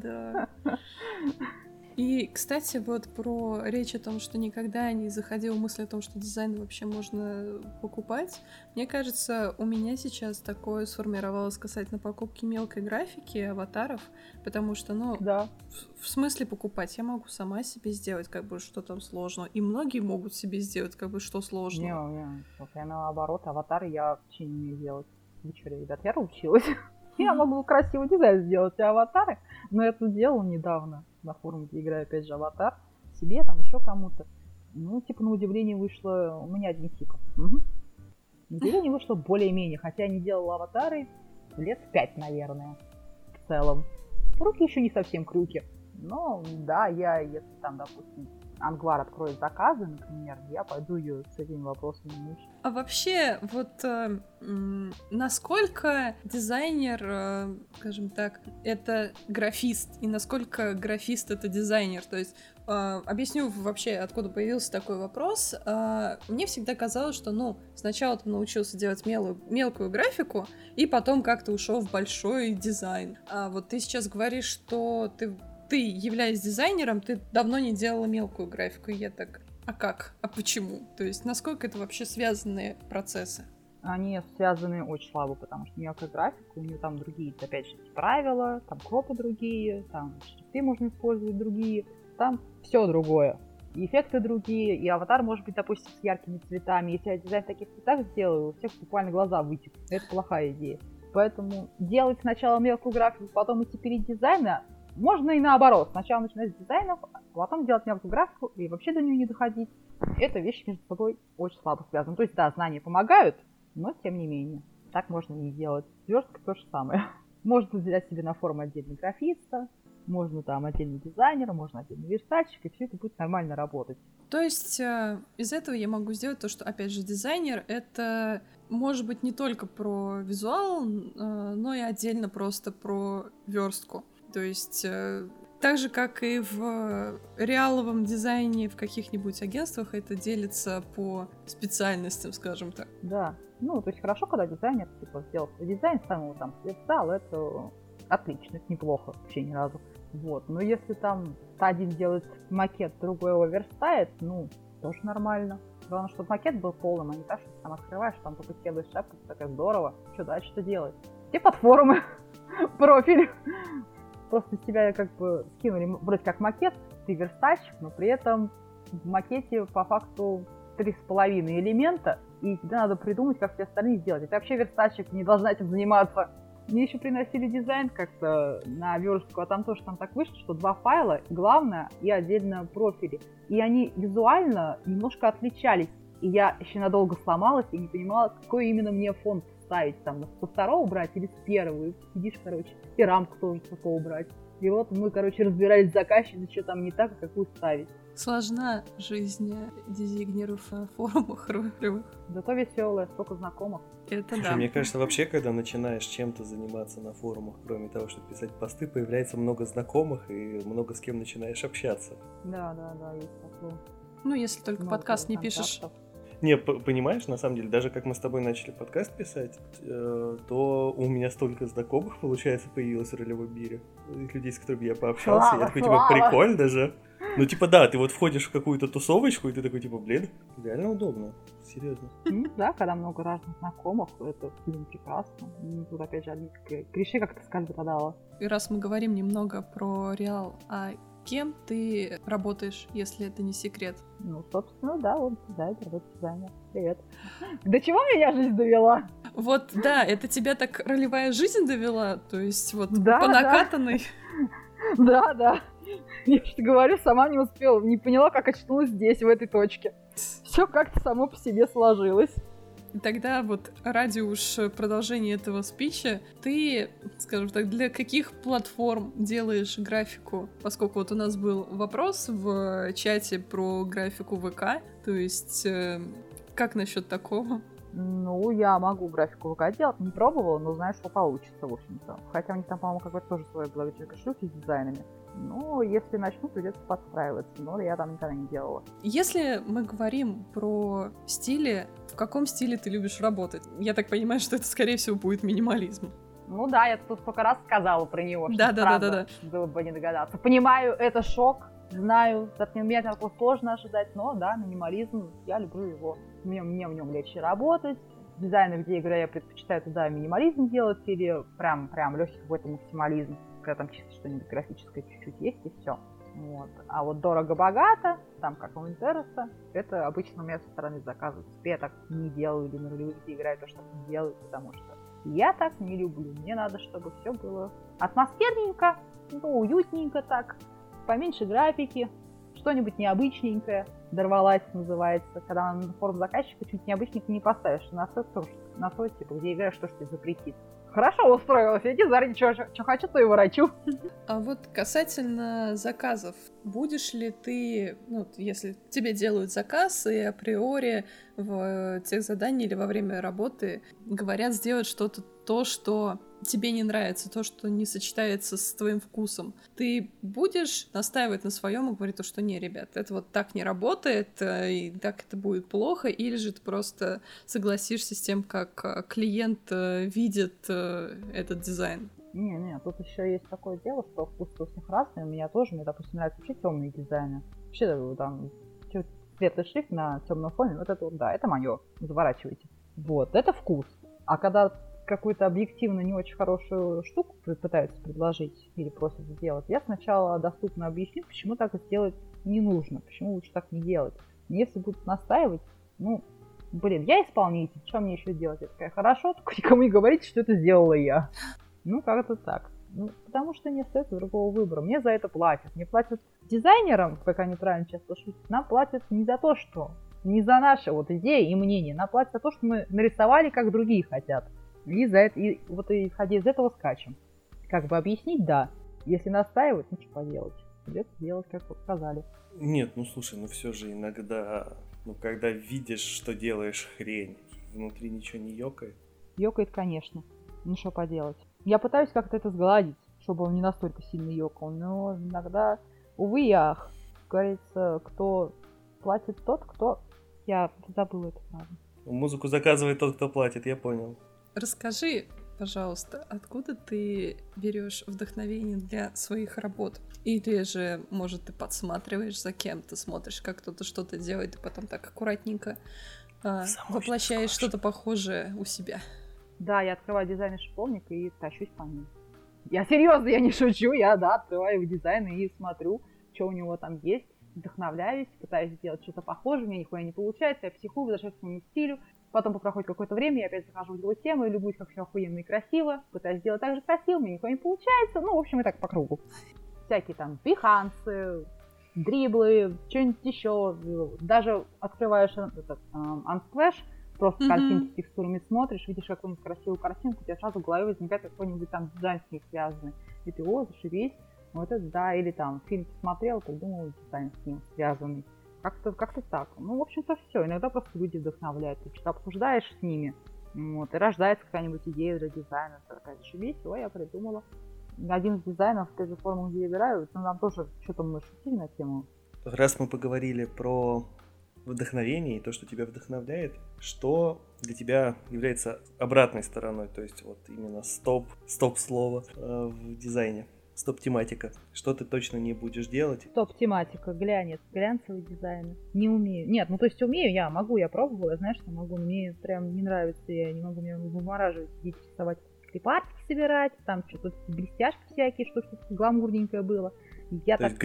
И, кстати, вот про речь о том, что никогда не заходила мысль о том, что дизайн вообще можно покупать. Мне кажется, у меня сейчас такое сформировалось касательно покупки мелкой графики, аватаров, потому что, в смысле покупать? Я могу сама себе сделать, как бы, что там сложно. И многие могут себе сделать, как бы, что сложно. Не, вот я наоборот, аватары я вообще не умею делать. Вы что, ребят, я училась. Я могу красивый дизайн сделать, а аватары, но я это делала недавно на форуме, где играю, опять же, аватар, себе, там еще кому-то. Ну, типа, на удивление вышло, у меня один типа. На удивление вышло более-менее, хотя я не делала аватары лет 5, наверное, в целом. Руки еще не совсем крюки, но, да, если там, допустим, Ангвар откроет заказы, например, я пойду ее с этими вопросами мучить. А вообще, вот насколько дизайнер, скажем так, это графист, и насколько графист это дизайнер? То есть, объясню вообще, откуда появился такой вопрос. Мне всегда казалось, что, сначала ты научился делать мелкую графику, и потом как-то ушел в большой дизайн. А вот ты сейчас говоришь, что ты, являясь дизайнером, ты давно не делала мелкую графику, и я так, а как? А почему? То есть, насколько это вообще связанные процессы? Они связаны очень слабо, потому что мелкая графика, у нее там другие, опять же, правила, там кропы другие, там шрифты можно использовать другие, там все другое. И эффекты другие, и аватар может быть, допустим, с яркими цветами. Если я дизайн в таких цветах сделаю, у всех буквально глаза вытекут. Это плохая идея. Поэтому делать сначала мелкую графику, потом идти перед дизайном, можно и наоборот. Сначала начинать с дизайнов, а потом делать мелкую графику и вообще до нее не доходить. Это вещи между собой очень слабо связаны. То есть, да, знания помогают, но тем не менее. Так можно не делать. Сверстка то же самое. Можно взять себе на форум отдельно графиста, можно там отдельный дизайнер, можно отдельный верстальщик, и все это будет нормально работать. То есть из этого я могу сделать то, что, опять же, дизайнер — это может быть не только про визуал, но и отдельно просто про верстку. То есть так же, как и в реаловом дизайне в каких-нибудь агентствах, это делится по специальностям, скажем так. Да. То есть хорошо, когда дизайнер сделал свой дизайн, сам его там сверстал, это отлично, это неплохо вообще ни разу. Вот. Но если там один делает макет, другой его верстает, тоже нормально. Главное, чтобы макет был полным, а не так, что ты там открываешь, там только делаешь шапку, такая здорово. Что дальше-то делать? Те платформы, профиль. Просто с тебя как бы скинули вроде как макет, ты верстальщик, но при этом в макете по факту 3,5 элемента, и тебе надо придумать, как все остальные сделать. Это вообще верстальщик не должна этим заниматься. Мне еще приносили дизайн как-то на верстку, а там тоже там так вышло, что 2 файла, главное, и отдельно профили. И они визуально немножко отличались. И я еще надолго сломалась и не понимала, какой именно мне фонд ставить. Там со второго брать или с первого. И сидишь, короче, и рамку тоже с какого брать. И вот мы, короче, разбирались с заказчиком, что там не так, а какую ставить. Сложна жизнь дизайнеров на форумах ролевых. Зато веселая, столько знакомых. Это Слушай, да. мне кажется, вообще, когда начинаешь чем-то заниматься на форумах, кроме того, чтобы писать посты, появляется много знакомых и много с кем начинаешь общаться. Да, есть такое. Ну, если только Много подкаст не пишешь. контактов. Не, понимаешь, на самом деле, даже как мы с тобой начали подкаст писать, то у меня столько знакомых, получается, появилось в ролевом мире. Людей, с которыми я пообщался. Я такой, типа, прикольно же. Ну, типа, да, ты вот входишь в какую-то тусовочку, и ты такой, типа, блин, реально удобно. Серьезно. Да, когда много разных знакомых, это, прекрасно. Тут, опять же, одни клише как-то скажем продала. И раз мы говорим немного про Реал, а кем ты работаешь, если это не секрет? Ну, собственно, да, вот дизайнер, вот дизайнер. Привет. До чего меня жизнь довела? Вот, да, это тебя так ролевая жизнь довела? То есть вот Да, по накатанной? Да. Я что говорю, сама не успела, не поняла, как очнулась здесь, в этой точке. Все как-то само по себе сложилось. И тогда вот ради уж продолжения этого спича, ты, скажем так, для каких платформ делаешь графику? Поскольку вот у нас был вопрос в чате про графику ВК, то есть как насчет такого? Ну, я могу графику ВК делать, не пробовала, но знаю, что получится, в общем-то. Хотя у них там, по-моему, какой-то тоже свой блогерский кошелек с дизайнами. Но если начну, придется подстраиваться, но я там никогда не делала. Если мы говорим про стили, в каком стиле ты любишь работать? Я так понимаю, что это, скорее всего, будет минимализм. Ну да, я тут столько раз сказала про него, что Да. было бы не догадаться. Понимаю, это шок, знаю, от меня такого сложно ожидать, но да, минимализм, я люблю его. Мне в нем легче работать. Дизайны, где играю, я предпочитаю туда минимализм делать или прям легкий какой-то максимализм, когда там чисто что-нибудь графическое чуть-чуть есть и все. Вот. А вот дорого-богато, там как у Интереса, это обычно у меня со стороны заказывают. Я так не делаю, или на ролевых играю, то, что не делаю, потому что я так не люблю. Мне надо, чтобы все было атмосферненько, ну, уютненько так, поменьше графики, что-нибудь необычненькое. Дорвалась называется, когда на форум заказчика чуть необычненько не поставишь. На свой типа, где играешь, что ж тебе запретит. Хорошо устроилась, я дизайнер, что хочу, то и ворочу. А вот касательно заказов, будешь ли ты, ну, если тебе делают заказ, и априори в тех заданиях или во время работы говорят сделать что-то, то, что тебе не нравится, то, что не сочетается с твоим вкусом, ты будешь настаивать на своем и говорить, что не, ребят, это вот так не работает, и так это будет плохо, или же ты просто согласишься с тем, как клиент видит этот дизайн? Не, тут еще есть такое дело, что вкус у всех разный. У меня тоже, мне, допустим, нравятся вообще темные дизайны. Вообще, там, светлый шрифт на темном фоне, вот это вот, да, это мое, заворачивайте. Вот, это вкус. А когда какую-то объективно не очень хорошую штуку пытаются предложить или просят сделать, я сначала доступно объясню, почему так сделать не нужно, почему лучше так не делать. Если будут настаивать, ну, блин, я исполнитель, что мне еще делать? Я такая, хорошо, только никому не говорите, что это сделала я. Ну, как-то так. Ну, потому что не остается другого выбора. Мне за это платят. Мне платят дизайнерам, как они правильно часто шутят, нам платят не за то, что... Не за наши вот идеи и мнения. Нам платят за то, что мы нарисовали, как другие хотят. И за это, и вот исходя из этого скачем. Как бы объяснить, да. Если настаивать, ну что поделать. Придется делать, как вот сказали. Нет, ну слушай, ну все же иногда, ну когда видишь, что делаешь хрень, внутри ничего не ёкает. Ёкает, конечно. Ну что поделать. Я пытаюсь как-то это сгладить, чтобы он не настолько сильно ёкал, но иногда, увы и ах. Как говорится, кто платит тот, кто... Я забыла эту фразу. Музыку заказывает тот, кто платит, я понял. Расскажи пожалуйста, откуда ты берешь вдохновение для своих работ? Или же, может, ты подсматриваешь за кем-то, смотришь, как кто-то что-то делает, и потом так аккуратненько воплощаешь что-то похожее у себя? Да, я открываю дизайн и шиповник и тащусь по ним. Я серьезно, я не шучу, я, открываю его дизайн и смотрю, что у него там есть, вдохновляюсь, пытаюсь сделать что-то похожее, у меня нихуя не получается, я психую, возвращаюсь к своему стилю, потом проходит какое-то время, я опять захожу в его тему и любуюсь, как все охуенно и красиво, пытаюсь сделать так же красиво, у меня нихуя не получается, в общем, и так по кругу. Всякие там бихансы, дриблы, что-нибудь еще, даже открываешь Unsplash, просто картинки с текстурами смотришь, видишь какую-нибудь красивую картинку, у тебя сразу в голове возникает какой-нибудь там дизайн с ней связанный. И ты, зашибись, вот это да, или там фильм посмотрел, придумал дизайн с ним связанный. Как-то так. В общем-то, все. Иногда просто люди вдохновляют. Ты что-то обсуждаешь с ними, и рождается какая-нибудь идея для дизайна. Такая, зашибись, я придумала. Один из дизайнов, в той же форме, где я играю, там тоже что-то мы шутили на тему. Раз мы поговорили про вдохновение и то, что тебя вдохновляет, что для тебя является обратной стороной, то есть вот именно стоп-слово в дизайне, стоп-тематика, что ты точно не будешь делать? Стоп-тематика, глянцевые дизайны. Не умею. Нет, то есть умею, я пробовала, я знаю, что могу, но мне прям не нравится, я не могу, меня вымораживать, сидеть, рисовать клипартики собирать, там что-то блестяшки всякие, что-то гламурненькое было. То есть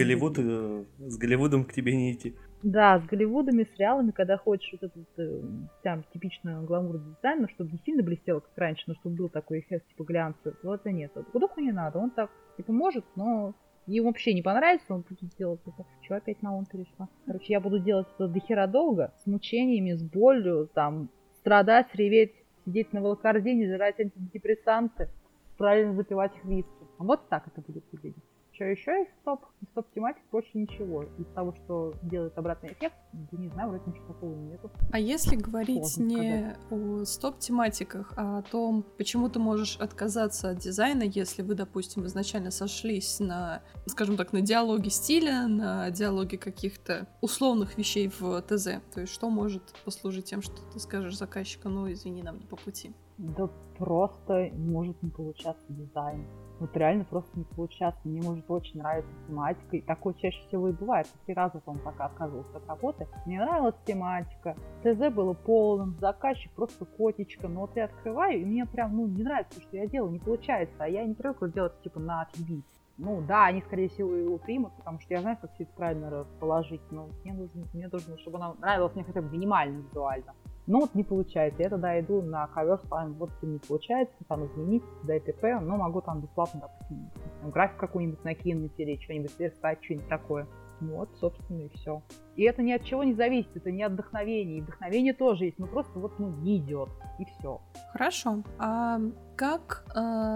с Голливудом к тебе не идти? Да, с Голливудами, с реалами, когда хочешь вот этот там типично гламурный дизайн, но чтобы не сильно блестело, как раньше, но чтобы был такой эффект типа глянцевый, вот это нет. Вот Гудоху не надо, он так типа может, но ему вообще не понравится, он будет делать это. Чего опять на он перешла? Короче, я буду делать это дохера долго, с мучениями, с болью, там, страдать, реветь, сидеть на велокорзине, жрать антидепрессанты, правильно запивать их виски. Вот так это будет выглядеть. Что еще из стоп-тематик больше ничего. Из того, что делает обратный эффект, да не знаю, вроде ничего такого нету. А если говорить не о стоп-тематиках, а о том, почему ты можешь отказаться от дизайна, если вы, допустим, изначально сошлись на, скажем так, на диалоге стиля, на диалоге каких-то условных вещей в ТЗ, то есть что может послужить тем, что ты скажешь заказчику, извини, нам не по пути? Да просто может не получаться дизайн. Вот реально просто не получаться. Мне может очень нравиться тематика. И такое чаще всего и бывает. 3 раза, по-моему, пока отказывался от работы. Мне нравилась тематика. ТЗ было полным. Заказчик просто котечка. Но вот я открываю, и мне прям, не нравится, что я делаю. Не получается. А я не привыкла делать, типа, на отъебись. Да, они, скорее всего, его примут, потому что я знаю, как все это правильно расположить. Но мне нужно, чтобы она нравилась мне хотя бы минимально визуально. Не получается. Я тогда иду на ковер с вами, вот не получается, там изменить, да и т.п. Могу там бесплатно, допустим, график какой-нибудь накинуть или что-нибудь верстать, что-нибудь такое. Собственно, и все. И это ни от чего не зависит, это не от вдохновения. И вдохновение тоже есть, просто не идет. И все. Хорошо. А как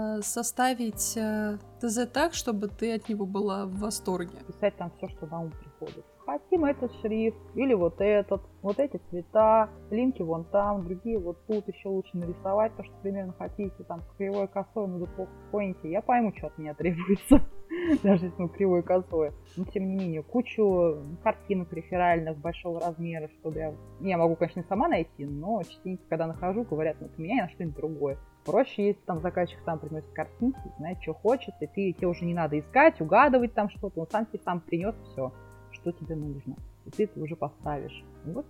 составить ТЗ так, чтобы ты от него была в восторге? Писать там все, что на ум приходит. Хотим этот шрифт, или вот этот, вот эти цвета, линки вон там, другие вот тут еще лучше нарисовать то, что примерно хотите, там кривой косой, да плохо поняте, я пойму, что от меня требуется, даже если кривой косой. Но тем не менее, кучу картинок реферальных большого размера, чтобы я могу, конечно, сама найти, но частенько, когда нахожу, говорят, поменяй на что-нибудь другое. Проще, если там заказчик сам приносит картинки, знает, что хочет, и тебе уже не надо искать, угадывать там что-то, он сам тебе принес все, что тебе нужно, и ты это уже поставишь.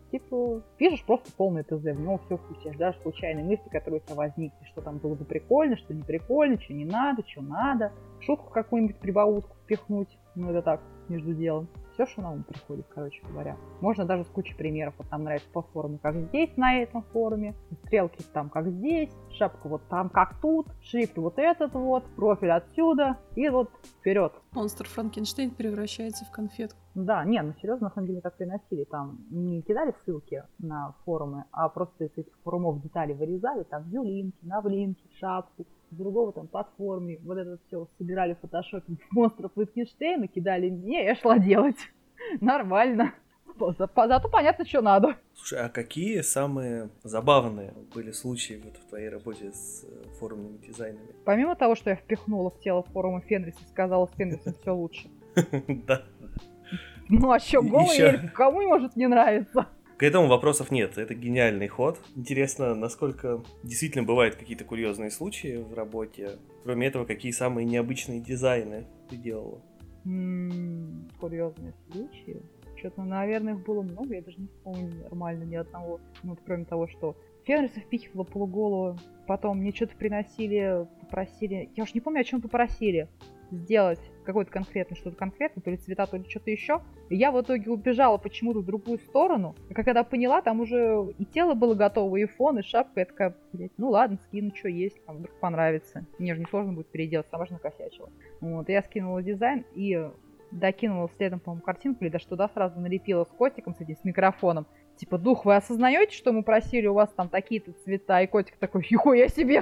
Пишешь просто полное ТЗ, в него все включаешь, даже случайные мысли, которые у тебя возникли, что там было бы прикольно, что не прикольно, что не надо, что надо, шутку какую-нибудь, прибаутку впихнуть, это так, между делом. Все, что на ум приходит, короче говоря. Можно даже с кучей примеров. Вот там нравится по форуму, как здесь, на этом форуме. Стрелки там, как здесь. Шапка вот там, как тут. Шрифт вот этот вот. Профиль отсюда. И вот вперед. Монстр Франкенштейн превращается в конфетку. Да, серьезно, на самом деле так приносили. Там не кидали ссылки на форумы, а просто из этих форумов детали вырезали. Там вью-линки, навлинки, шапку. С другого там платформе, вот это все собирали в фотошопе монстров Франкенштейна, кидали мне, я шла делать. Нормально. Зато понятно, что надо. Слушай, а какие самые забавные были случаи в твоей работе с форумными дизайнами? Помимо того, что я впихнула в тело форума Фенрис и сказала, с Фенрисом все лучше. Да. А что, голый эльф кому может не нравиться? К этому вопросов нет, это гениальный ход. Интересно, насколько действительно бывают какие-то курьезные случаи в работе. Кроме этого, какие самые необычные дизайны ты делала? Курьезные случаи? Что-то, наверное, их было много, я даже не вспомню нормально ни одного. Ну, кроме того, что Фенриса впихивала полуголую, потом мне что-то приносили, попросили... Я уж не помню, о чем попросили сделать какой-то конкретный, что-то конкретное, то ли цвета, то ли что-то еще. И я в итоге убежала почему-то в другую сторону. И когда поняла, там уже и тело было готово, и фон, и шапка. Я такая, блядь, ну ладно, скину, что есть, там вдруг понравится. Мне же не сложно будет переделать, сама же накосячила. Вот, и я скинула дизайн и докинула следом, по-моему, картинку, или даже туда сразу налепила с котиком, с этим, с микрофоном. Типа, дух, вы осознаете, что мы просили у вас там такие-то цвета? И котик такой, я себе!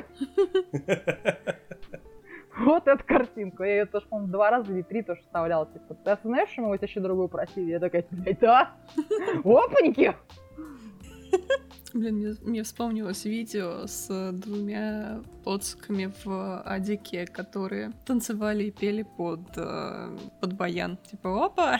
Вот эту картинку. Я ее тоже, по-моему, 2 раза или 3 тоже вставляла. Типа, ты осознаешь, что мы вот еще другую просили? Я такая, блядь, да? Опаньки! Блин, мне вспомнилось видео с 2 поциками в адике, которые танцевали и пели под баян. Типа, опа!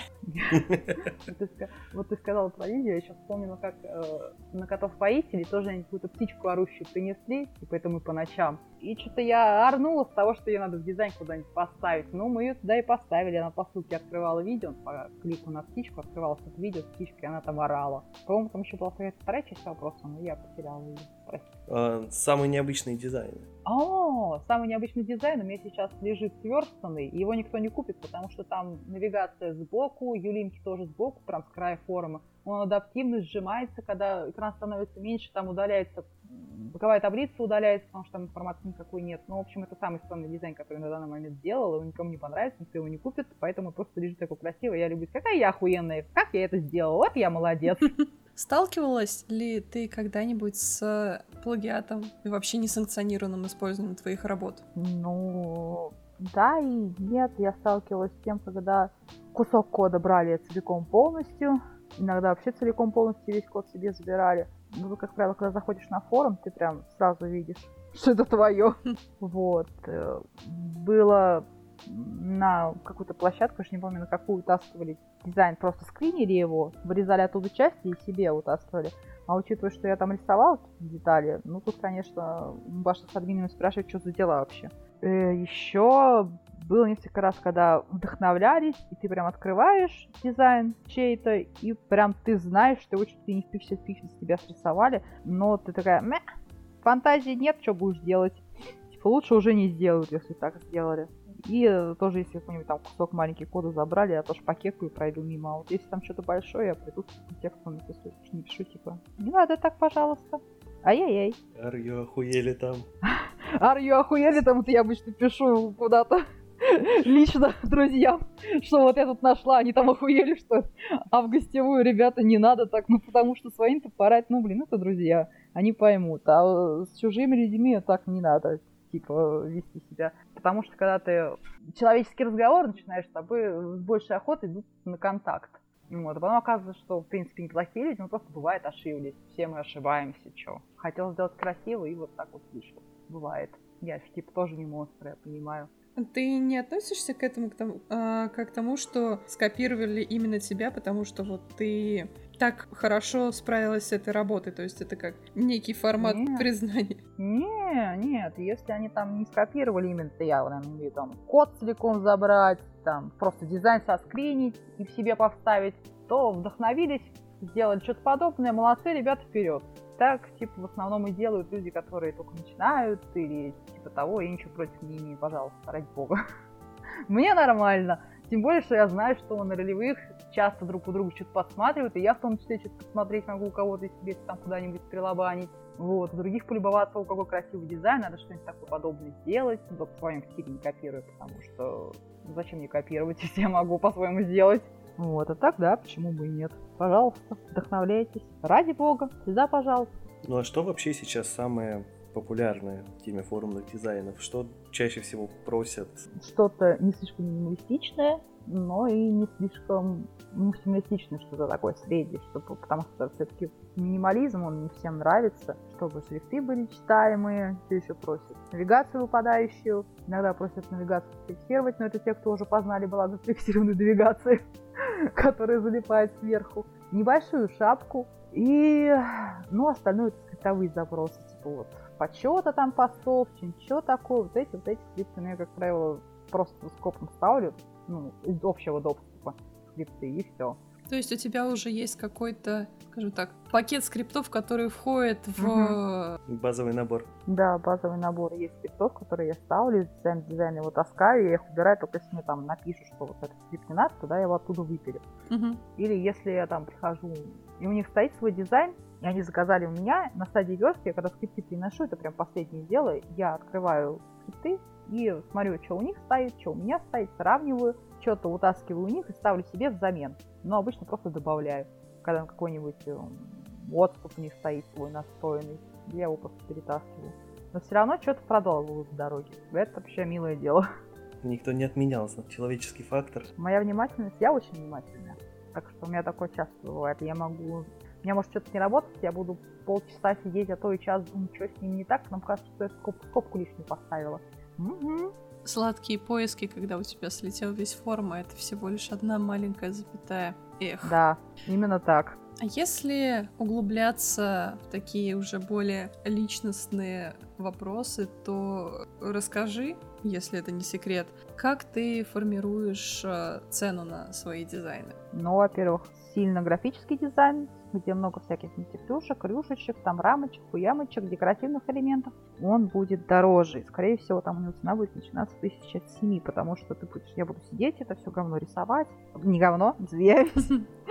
Вот ты сказала про видео, я еще вспомнила, как на котов-поителей тоже они какую-то птичку орущую принесли, типа это мы по ночам. И что-то я орнула с того, что ее надо в дизайн куда-нибудь поставить. Ну, мы ее туда и поставили. Она, по сути, открывала видео, по клику на птичку, открывалось это видео с птичкой, и она там орала. По-моему, там еще была вторая часть вопроса, но я потеряла ее. Самые необычные дизайны. Самый необычный дизайн у меня сейчас лежит сверстанный, его никто не купит, потому что там навигация сбоку, юлинки тоже сбоку, прям с края форума. Он адаптивно сжимается, когда экран становится меньше, там удаляется, боковая таблица удаляется, потому что там информации никакой нет. Ну, в общем, это самый странный дизайн, который на данный момент сделал, его никому не понравится, никто его не купит, поэтому просто лежит такой красивый. Я люблю, какая я охуенная, как я это сделала, вот я молодец. Сталкивалась ли ты когда-нибудь с плагиатом и вообще несанкционированным использованием твоих работ? Ну, да и нет. Я сталкивалась с тем, когда кусок кода брали целиком полностью, иногда вообще целиком полностью весь код себе забирали. Ну, как правило, когда заходишь на форум, ты прям сразу видишь, что это твое. Вот. Было на какую-то площадку, я не помню, на какую утаскивали дизайн, просто скринили его, вырезали оттуда части и себе утаскивали. А учитывая, что я там рисовала детали, ну тут, конечно, башня с админами спрашивает, что за дела вообще. Еще было несколько раз, когда вдохновлялись, и ты прям открываешь дизайн чей-то, и прям ты знаешь, что его чуть ли не в 50 пикселей с тебя срисовали, но ты такая, фантазии нет, что будешь делать. Типа лучше уже не сделают, если так сделали. И тоже, если какой-нибудь там кусок маленький кода забрали, я тоже покекаю и пройду мимо. А вот если там что-то большое, я приду с текстом напишу, типа, не надо так, пожалуйста. Ай-яй-яй. Арью охуели там. Арью охуели там, вот я обычно пишу куда-то лично друзьям, что вот я тут нашла, они там охуели, что а в гостевую, ребята, не надо так, ну потому что своим-то порать, ну блин, это друзья, они поймут, а с чужими людьми так не надо, типа, вести себя. Потому что когда ты человеческий разговор начинаешь, с тобой с большей охотой идут на контакт. Вот. А потом оказывается, что, в принципе, неплохие люди, но просто бывает ошиблись. Все мы ошибаемся, чё. Хотел сделать красиво, и вот так вот вышло. Бывает. Я же, типа, тоже не монстр, я понимаю. Ты не относишься к этому как к тому, что скопировали именно тебя, потому что вот ты так хорошо справилась с этой работой, то есть это как некий формат признания? Нет, если они там не скопировали именно, то я, наверное, там код целиком забрать, там просто дизайн соскринить и в себе поставить, то вдохновились, сделали что-то подобное, молодцы, ребята, вперед. Так, типа, в основном и делают люди, которые только начинают или типа того, я ничего против не имею, пожалуйста, ради бога. Мне нормально. Тем более, что я знаю, что на ролевых часто друг у друга что-то подсматривают, и я в том числе что-то посмотреть могу у кого-то, если там куда-нибудь прилобанить. Вот, у других полюбоваться, у кого красивый дизайн, надо что-нибудь такое подобное сделать, но только в своем стиле не копирую, потому что зачем мне копировать, если я могу по-своему сделать. Вот, а так, да, почему бы и нет. Пожалуйста, вдохновляйтесь. Ради бога, всегда пожалуйста. Ну а что вообще сейчас самое популярное в теме форумных дизайнов? Что чаще всего просят? Что-то не слишком минималистичное, но и не слишком максималистичное, что-то такое среднее, потому что все-таки минимализм, он не всем нравится, чтобы шрифты были читаемые, все еще просят навигацию выпадающую, иногда просят навигацию зафиксировать, но это те, кто уже познали была зафиксированной навигации, которая залипает сверху, небольшую шапку И, ну, остальное это скриптовые запросы, типа вот подсчета там постов, что такое, вот эти скрипты, ну, я, как правило, просто скопом ставлю, ну, из общего доступа скрипты, и все. То есть у тебя уже есть какой-то, скажем так, пакет скриптов, который входит в... Базовый набор. Да, базовый набор есть скриптов, которые я ставлю, из дизайн его таскаю, я их убираю, только если мне там напишут, что вот этот скрипт не надо, тогда я его оттуда выпилю. Или если я там прихожу, и у них стоит свой дизайн, и они заказали у меня на стадии верстки, я когда скрипты приношу, это прям последнее дело, я открываю скрипты и смотрю, что у них стоит, что у меня стоит, сравниваю, что-то утаскиваю у них и ставлю себе взамен. Но обычно просто добавляю. Когда какой-нибудь отступ у них стоит свой настроенный, я его просто перетаскиваю. Но все равно что-то продолжу в дороге. Это вообще милое дело. Никто не отменял человеческий фактор. Моя внимательность, я очень внимательная. Так что у меня такое часто бывает. У меня может что-то не работать, я буду полчаса сидеть, а то и час думать, что с ним не так, нам кажется, что я скобку лишнюю поставила. Сладкие поиски, когда у тебя слетел весь форм, а это всего лишь одна маленькая запятая. Эх. Да, именно так. А если углубляться в такие уже более личностные вопросы, то расскажи, если это не секрет, как ты формируешь цену на свои дизайны? Ну, во-первых, сильно графический дизайн, где много всяких мультифлюшек, рюшечек, там рамочек, хуямочек, декоративных элементов, он будет дороже. И, скорее всего, там у него цена будет начинаться 1007, потому что я буду сидеть, это все говно рисовать. Не говно, извиняюсь.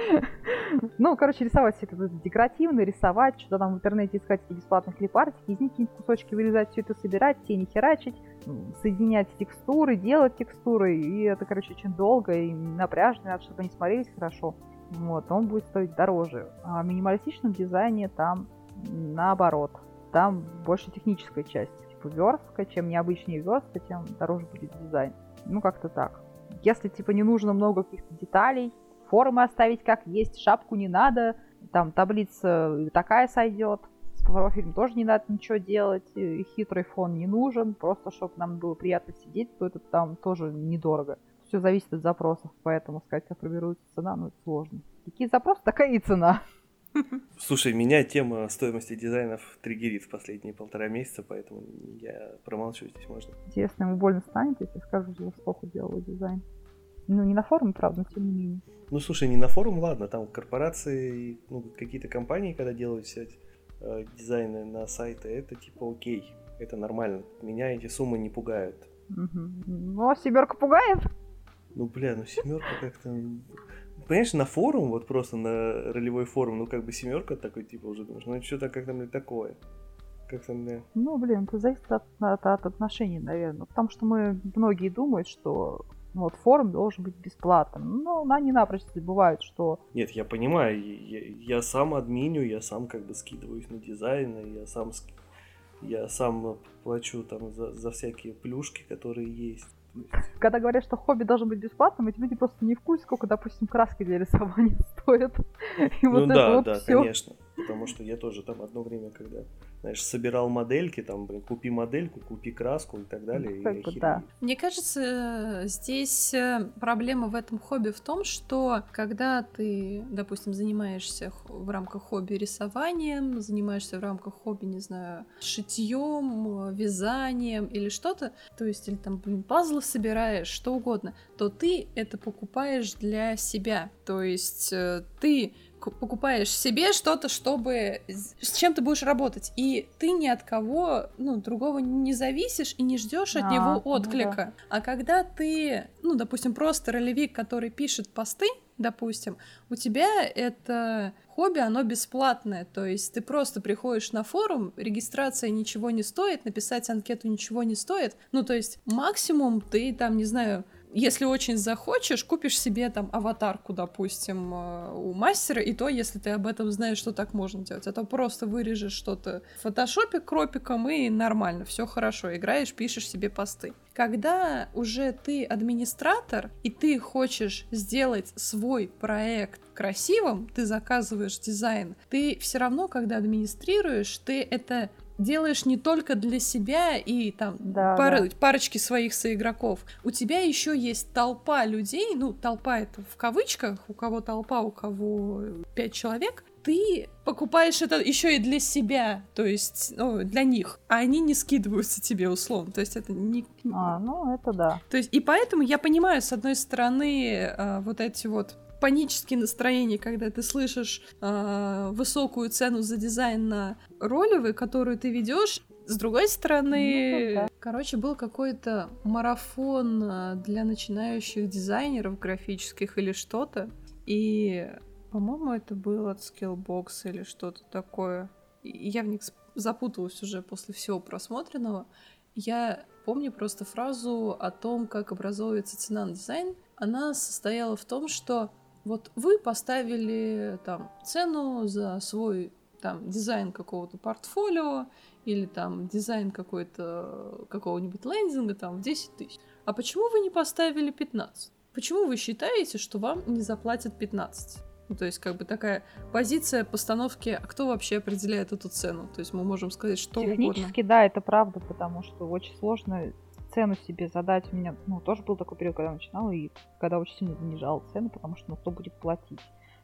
Ну, короче, рисовать все это декоративно, рисовать, что-то там в интернете искать эти бесплатные клипартики, из них какие-то кусочки вырезать, все это собирать, тени херачить, соединять текстуры, делать текстуры, и это, короче, очень долго и напряжно, надо, чтобы они смотрелись хорошо. Вот, он будет стоить дороже. А в минималистичном дизайне там наоборот. Там больше техническая часть. Типа верстка, чем необычнее верстка, тем дороже будет дизайн. Ну, как-то так. Если, типа, не нужно много каких-то деталей, формы оставить как есть, шапку не надо, там таблица такая сойдет, с профилем тоже не надо ничего делать, и хитрый фон не нужен, просто чтобы нам было приятно сидеть, то это там тоже недорого. Все зависит от запросов, поэтому сказать, как формируется цена, ну, это сложно. Какие запросы, такая и цена. Слушай, меня тема стоимости дизайнов триггерит в последние 1,5 месяца, поэтому я промолчу, здесь можно. Интересно, ему больно станет, если я скажу, что я плохо делала дизайн? Ну, не на форуме, правда, но тем не менее. Ну, слушай, не на форум, ладно, там корпорации, ну, какие-то компании, когда делают все дизайны на сайты, это типа окей, это нормально. Меня эти суммы не пугают. Ну, а 7 пугает? Ну, бля, ну 7 как-то... Понимаешь, на форум, вот просто на ролевой форум, ну, как бы 7 такой, типа, уже думаешь, ну, что-то как-то, мне такое. Как-то мне... Ну, блин, это зависит от отношений, наверное. Потому что многие думают, что вот форум должен быть бесплатным. Но они напрочь забывают, что... Нет, я понимаю, я сам админю, я сам как бы скидываюсь на дизайн, я сам плачу там за всякие плюшки, которые есть. Когда говорят, что хобби должно быть бесплатным, эти люди просто не в курсе, сколько, допустим, краски для рисования стоят. И ну вот да, вот да, всё. конечно. Потому что я тоже там одно время, когда, знаешь, собирал модельки, там, блин, купи модельку, купи краску и так далее. Как бы да. Мне кажется, здесь проблема в этом хобби в том, что когда ты, допустим, занимаешься в рамках хобби рисованием, занимаешься в рамках хобби, не знаю, шитьем, вязанием или что-то, то есть, или там, блин, пазлы собираешь, что угодно, то ты это покупаешь для себя. То есть ты покупаешь себе что-то, чтобы с чем ты будешь работать, и ты ни от кого, другого не зависишь и не ждешь от него отклика. Ну да. А когда ты, допустим, просто ролевик, который пишет посты, допустим, у тебя это хобби, оно бесплатное, то есть ты просто приходишь на форум, регистрация ничего не стоит, написать анкету ничего не стоит, то есть максимум ты там, не знаю, если очень захочешь, купишь себе там аватарку, допустим, у мастера, и то, если ты об этом знаешь, что так можно делать. А то просто вырежешь что-то в фотошопе кропиком, и нормально, все хорошо, играешь, пишешь себе посты. Когда уже ты администратор, и ты хочешь сделать свой проект красивым, ты заказываешь дизайн, ты все равно, когда администрируешь, ты это делаешь не только для себя и там парочки своих соигроков. У тебя еще есть толпа людей, толпа это в кавычках, у кого толпа, у кого 5 человек, ты покупаешь это еще и для себя, то есть, для них, а они не скидываются тебе условно, то есть это не... Это да. То есть, и поэтому я понимаю, с одной стороны, вот эти вот панические настроения, когда ты слышишь высокую цену за дизайн на ролевый, которую ты ведешь. С другой стороны, короче, был какой-то марафон для начинающих дизайнеров графических или что-то, и, по-моему, это был от Skillbox или что-то такое. И я в них запуталась уже после всего просмотренного. Я помню просто фразу о том, как образовывается цена на дизайн. Она состояла в том, что вот вы поставили там цену за свой там дизайн какого-то портфолио или там дизайн какого-нибудь лендинга там в 10 тысяч. А почему вы не поставили 15? Почему вы считаете, что вам не заплатят 15? Ну, то есть, как бы такая позиция постановки, а кто вообще определяет эту цену? То есть мы можем сказать, что Технически, угодно. да, это правда, потому что очень сложно цену себе задать. У меня, тоже был такой период, когда я начинала, и когда очень сильно занижала цену, потому что, кто будет платить?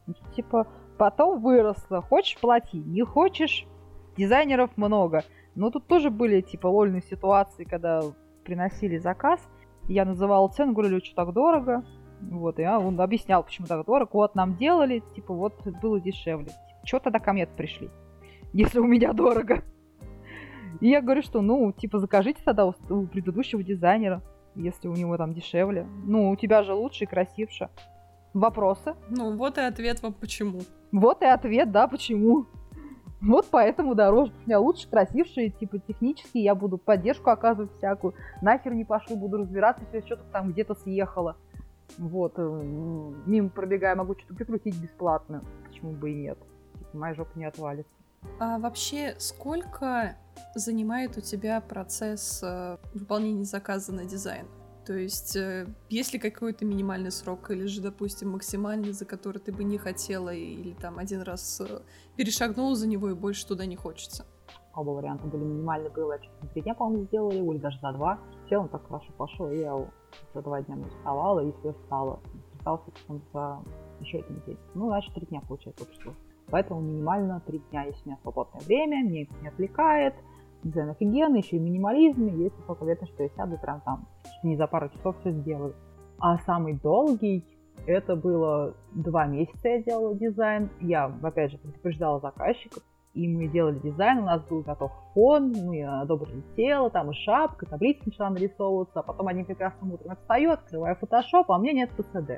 Потом выросла. Хочешь — плати, не хочешь — дизайнеров много. Но тут тоже были, лольные ситуации, когда приносили заказ, я называла цену, говорили, что так дорого. Вот, и он объяснял, почему так дорого. Вот нам делали, было дешевле. Чё тогда ко мне пришли, если у меня дорого? И я говорю, что, закажите тогда у предыдущего дизайнера, если у него там дешевле. У тебя же лучше и красивше. Вопросы? Вот и ответ вам почему. Вот и ответ, да, почему. Вот поэтому дороже. У меня лучше, красившие, технически я буду поддержку оказывать всякую. Нахер не пошлю, буду разбираться, если что-то там где-то съехало. Вот, мимо пробегая, могу что-то прикрутить бесплатно. Почему бы и нет? Моя жопа не отвалится. А вообще, сколько занимает у тебя процесс выполнения заказа на дизайн? То есть, есть ли какой-то минимальный срок, или же, допустим, максимальный, за который ты бы не хотела, или там один раз перешагнула за него и больше туда не хочется? Оба варианта были минимальные, было что-то за 3 дня, по-моему, сделали, или даже за 2. В целом так хорошо пошло, и я за 2 дня не уставала, и все встала. Остался потом за еще 1 неделю. Значит, 3 дня получается общество. Поэтому минимально 3 дня, если у меня свободное время, мне это не отвлекает. Дизайн офигенный, еще и минимализм, и есть высокая вероятность, что я сяду и прям там не за пару часов все сделаю. А самый долгий, это было 2 месяца я делала дизайн. Я, опять же, предупреждала заказчиков, и мы делали дизайн, у нас был готов фон, мы одобрили тело, там и шапка, таблица начала нарисовываться, а потом одним прекрасным утром я встаю, открываю Photoshop, а у меня нет PCD.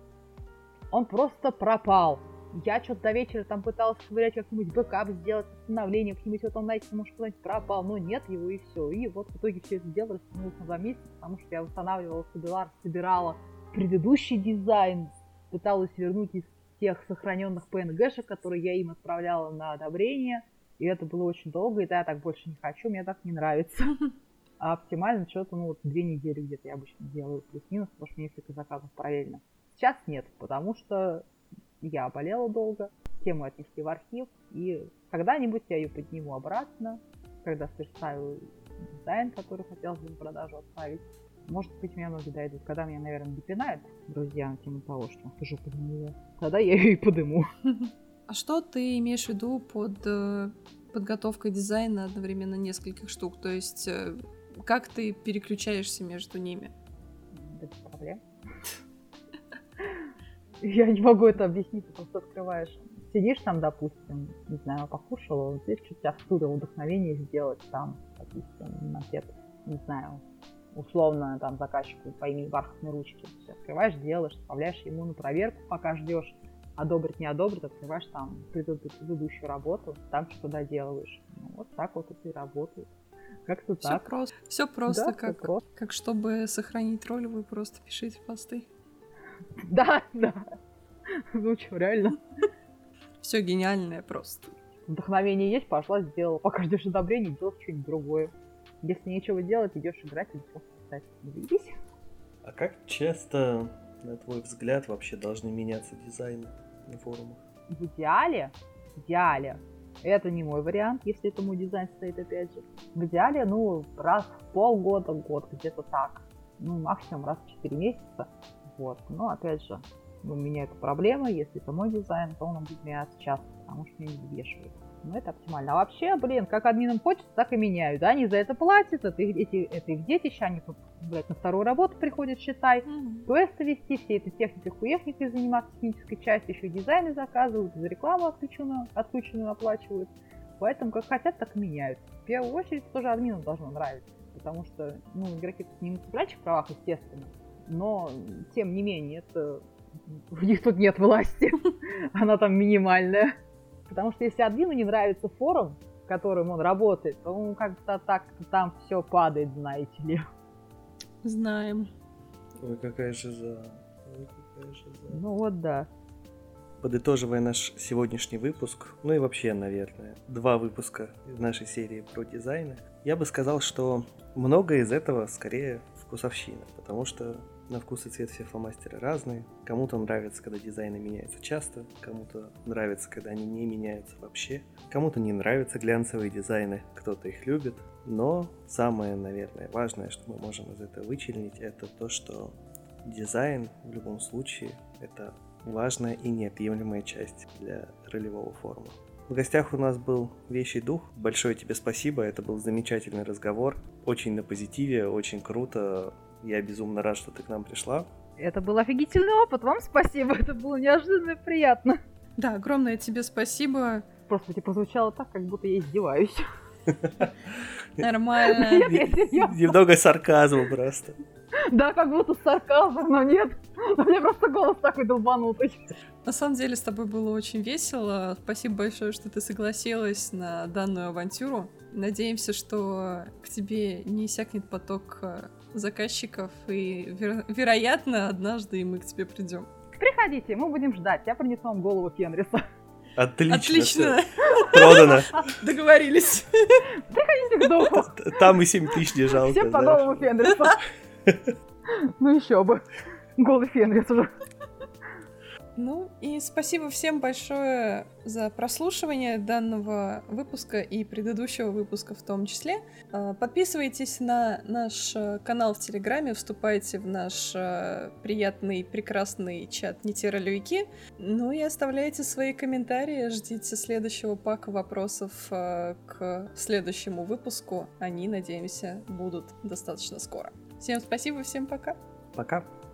Он просто пропал. Я что-то до вечера там пыталась ковырять, как-нибудь бэкап сделать, восстановление, как-нибудь вот он, знаете, может, куда-нибудь пропал, но нет его, и все. И вот в итоге все это дело растянулось на 2 месяца, потому что я восстанавливала, собирала предыдущий дизайн, пыталась вернуть из тех сохраненных PNG-шек, которые я им отправляла на одобрение, и это было очень долго, и да, я так больше не хочу, мне так не нравится. А оптимально что-то, 2 недели где-то я обычно делаю, плюс-минус, потому что несколько заказов параллельно. Сейчас нет, потому что я болела долго, тему отнесли в архив, и когда-нибудь я ее подниму обратно, когда сверстаю дизайн, который хотелось бы на продажу отправить. Может быть, меня ноги дойдут. Когда меня, наверное, допинают друзья на тему того, что ты жопу подниму, тогда я ее и подыму. А что ты имеешь в виду под подготовкой дизайна одновременно нескольких штук? То есть, как ты переключаешься между ними? Без проблем. Я не могу это объяснить, ты просто открываешь. Сидишь там, допустим, не знаю, покушала, вот здесь что-то тебя вступило вдохновение сделать там, допустим, макет, не знаю, условно там заказчику по имени бархатной ручки. Ты открываешь, делаешь, отправляешь ему на проверку, пока ждешь, одобрит, не одобрит, открываешь там предыдущую работу, там что-то доделываешь. Вот так вот это и работает. Как-то так. Все просто, да, как чтобы сохранить роль, вы просто пишите посты. Да. Ну что, реально. Все гениальное просто. Вдохновение есть, пошла, сделала. Пока ждешь одобрения, делать что-нибудь другое. Если нечего делать, идешь играть или просто писать. Завелись. А как часто, на твой взгляд, вообще должны меняться дизайны на форумах? В идеале, это не мой вариант, если это мой дизайн стоит, опять же. В идеале, раз в полгода, год, где-то так. Максимум раз в 4 месяца. Вот. Но, опять же, у меня это проблема, если это мой дизайн, то он будет меняться часто, потому что меня не вешают. Но это оптимально. А вообще, как админам хочется, так и меняют. Да? Они за это платят, это их детище, они тут, блядь, на вторую работу приходят, считай, квесты вести, все это техникой заниматься, технической частью, еще и дизайны заказывают, за рекламу отключенную оплачивают. Поэтому как хотят, так и меняют. В первую очередь тоже админам должно нравиться, потому что, игроки тут не на цыплячьих правах, естественно, но, тем не менее, у них тут нет власти, она там минимальная. Потому что если админу не нравится форум, в котором он работает, то он как-то так-то там все падает, знаете ли. Знаем. Ой, какая жиза. Ну вот да. Подытоживая наш сегодняшний выпуск, ну и вообще, наверное, 2 выпуска из нашей серии про дизайны, я бы сказал, что многое из этого скорее вкусовщина, потому что на вкус и цвет все фломастеры разные. Кому-то нравится, когда дизайны меняются часто, кому-то нравится, когда они не меняются вообще, кому-то не нравятся глянцевые дизайны, кто-то их любит. Но самое, наверное, важное, что мы можем из этого вычленить, это то, что дизайн в любом случае это важная и неотъемлемая часть для ролевого форума. В гостях у нас был Вещий Дух. Большое тебе спасибо, это был замечательный разговор. Очень на позитиве, очень круто. Я безумно рад, что ты к нам пришла. Это был офигительный опыт, вам спасибо, это было неожиданно и приятно. Да, огромное тебе спасибо. Просто прозвучало так, как будто я издеваюсь. Нормально. Немного сарказма просто. Да, как будто с сарказмом, но нет. У меня просто голос такой долбанутый. На самом деле с тобой было очень весело. Спасибо большое, что ты согласилась на данную авантюру. Надеемся, что к тебе не иссякнет поток заказчиков, и, вероятно, однажды и мы к тебе придем. Приходите, мы будем ждать. Я принесу вам голову Фенриса. Отлично. Продано. Договорились. Приходите к духу. Там и 7000 не жалко. Всем по голову Фенриса. Ну еще бы. Голый Фенрис уже. Ну и спасибо всем большое за прослушивание данного выпуска и предыдущего выпуска в том числе. Подписывайтесь на наш канал в Телеграме, вступайте в наш приятный, прекрасный чат «Не те ролевики». Ну и оставляйте свои комментарии, ждите следующего пака вопросов к следующему выпуску. Они, надеемся, будут достаточно скоро. Всем спасибо, всем пока. Пока.